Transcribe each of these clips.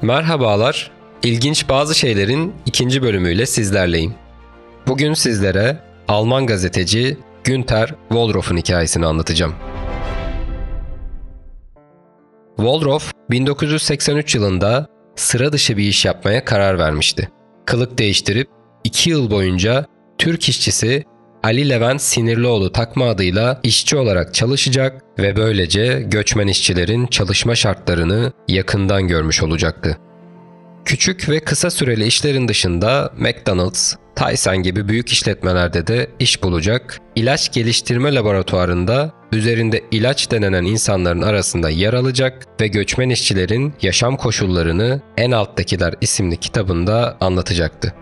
Merhabalar, ilginç bazı şeylerin ikinci bölümüyle sizlerleyim. Bugün sizlere Alman gazeteci Günter Wohlroff'un hikayesini anlatacağım. Wohlroff, 1983 yılında sıra dışı bir iş yapmaya karar vermişti. Kılık değiştirip 2 yıl boyunca Türk işçisi Ali Levent Sinirlioğlu takma adıyla işçi olarak çalışacak ve böylece göçmen işçilerin çalışma şartlarını yakından görmüş olacaktı. Küçük ve kısa süreli işlerin dışında McDonald's, Tyson gibi büyük işletmelerde de iş bulacak, ilaç geliştirme laboratuvarında üzerinde ilaç denenen insanların arasında yer alacak ve göçmen işçilerin yaşam koşullarını En Alttakiler isimli kitabında anlatacaktı.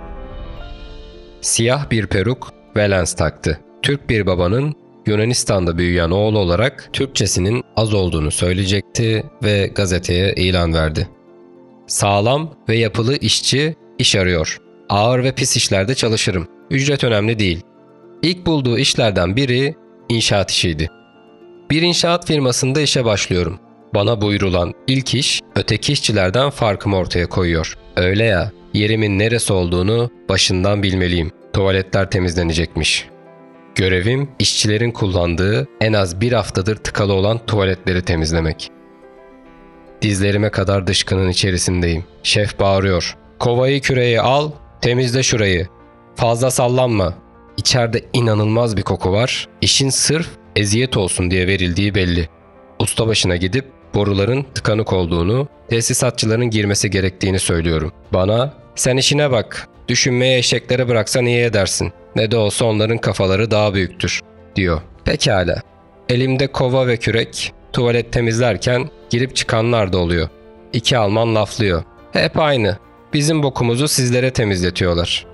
Siyah bir peruk ve lens taktı. Türk bir babanın Yunanistan'da büyüyen oğlu olarak Türkçesinin az olduğunu söyleyecekti ve gazeteye ilan verdi. Sağlam ve yapılı işçi iş arıyor. Ağır ve pis işlerde çalışırım. Ücret önemli değil. İlk bulduğu işlerden biri inşaat işiydi. Bir inşaat firmasında işe başlıyorum. Bana buyurulan ilk iş öteki işçilerden farkımı ortaya koyuyor. Öyle ya, yerimin neresi olduğunu başından bilmeliyim. Tuvaletler temizlenecekmiş. Görevim işçilerin kullandığı en az bir haftadır tıkalı olan tuvaletleri temizlemek. Dizlerime kadar dışkının içerisindeyim. Şef bağırıyor. Kovayı küreği al, temizle şurayı. Fazla sallanma. İçeride inanılmaz bir koku var. İşin sırf eziyet olsun diye verildiği belli. Ustabaşına gidip boruların tıkanık olduğunu, tesisatçıların girmesi gerektiğini söylüyorum. Bana, sen işine bak, düşünmeye eşeklere bıraksan iyi edersin. Ne de olsa onların kafaları daha büyüktür, diyor. Pekala. Elimde kova ve kürek, tuvalet temizlerken girip çıkanlar da oluyor. 2 Alman laflıyor. Hep aynı. Bizim bokumuzu sizlere temizletiyorlar.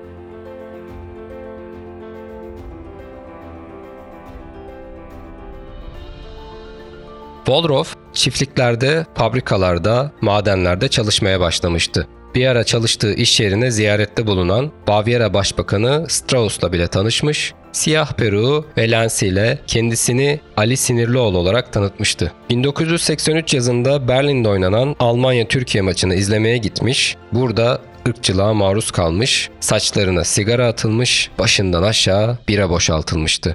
Wohlroff, çiftliklerde, fabrikalarda, madenlerde çalışmaya başlamıştı. Bir ara çalıştığı iş yerine ziyarette bulunan Bavyera Başbakanı Strauss'la bile tanışmış, siyah peruğu ve lensiyle kendisini Ali Sinirlioğlu olarak tanıtmıştı. 1983 yazında Berlin'de oynanan Almanya-Türkiye maçını izlemeye gitmiş, burada ırkçılığa maruz kalmış, saçlarına sigara atılmış, başından aşağı bira boşaltılmıştı.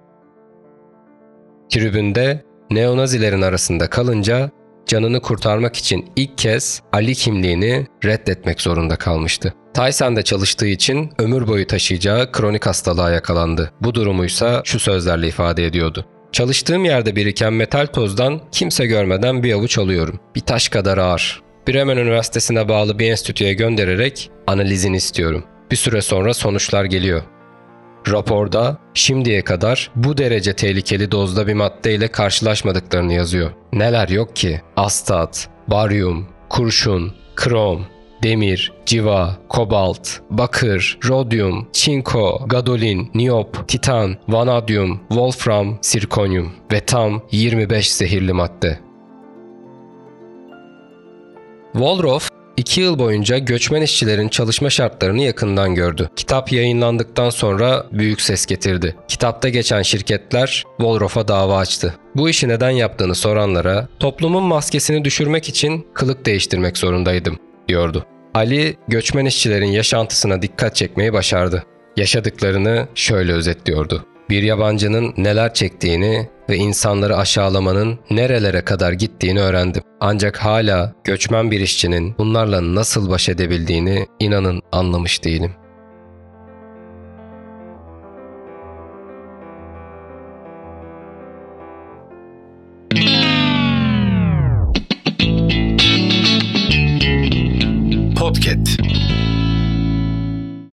Tribünde neonazilerin arasında kalınca canını kurtarmak için ilk kez Ali kimliğini reddetmek zorunda kalmıştı. Tyson'da çalıştığı için ömür boyu taşıyacağı kronik hastalığa yakalandı. Bu durumuysa şu sözlerle ifade ediyordu. Çalıştığım yerde biriken metal tozdan kimse görmeden bir avuç alıyorum. Bir taş kadar ağır. Bremen Üniversitesi'ne bağlı bir enstitüye göndererek analizini istiyorum. Bir süre sonra sonuçlar geliyor. Raporda şimdiye kadar bu derece tehlikeli dozda bir maddeyle karşılaşmadıklarını yazıyor. Neler yok ki? Astat, baryum, kurşun, krom, demir, civa, kobalt, bakır, rodyum, çinko, gadolin, niyop, titan, vanadyum, wolfram, sirkonyum ve tam 25 zehirli madde. Wohlroff 2 yıl boyunca göçmen işçilerin çalışma şartlarını yakından gördü. Kitap yayınlandıktan sonra büyük ses getirdi. Kitapta geçen şirketler Wohlroff'a dava açtı. Bu işi neden yaptığını soranlara toplumun maskesini düşürmek için kılık değiştirmek zorundaydım, diyordu. Ali, göçmen işçilerin yaşantısına dikkat çekmeyi başardı. Yaşadıklarını şöyle özetliyordu. Bir yabancının neler çektiğini ve insanları aşağılamanın nerelere kadar gittiğini öğrendim. Ancak hala göçmen bir işçinin bunlarla nasıl baş edebildiğini inanın anlamış değilim.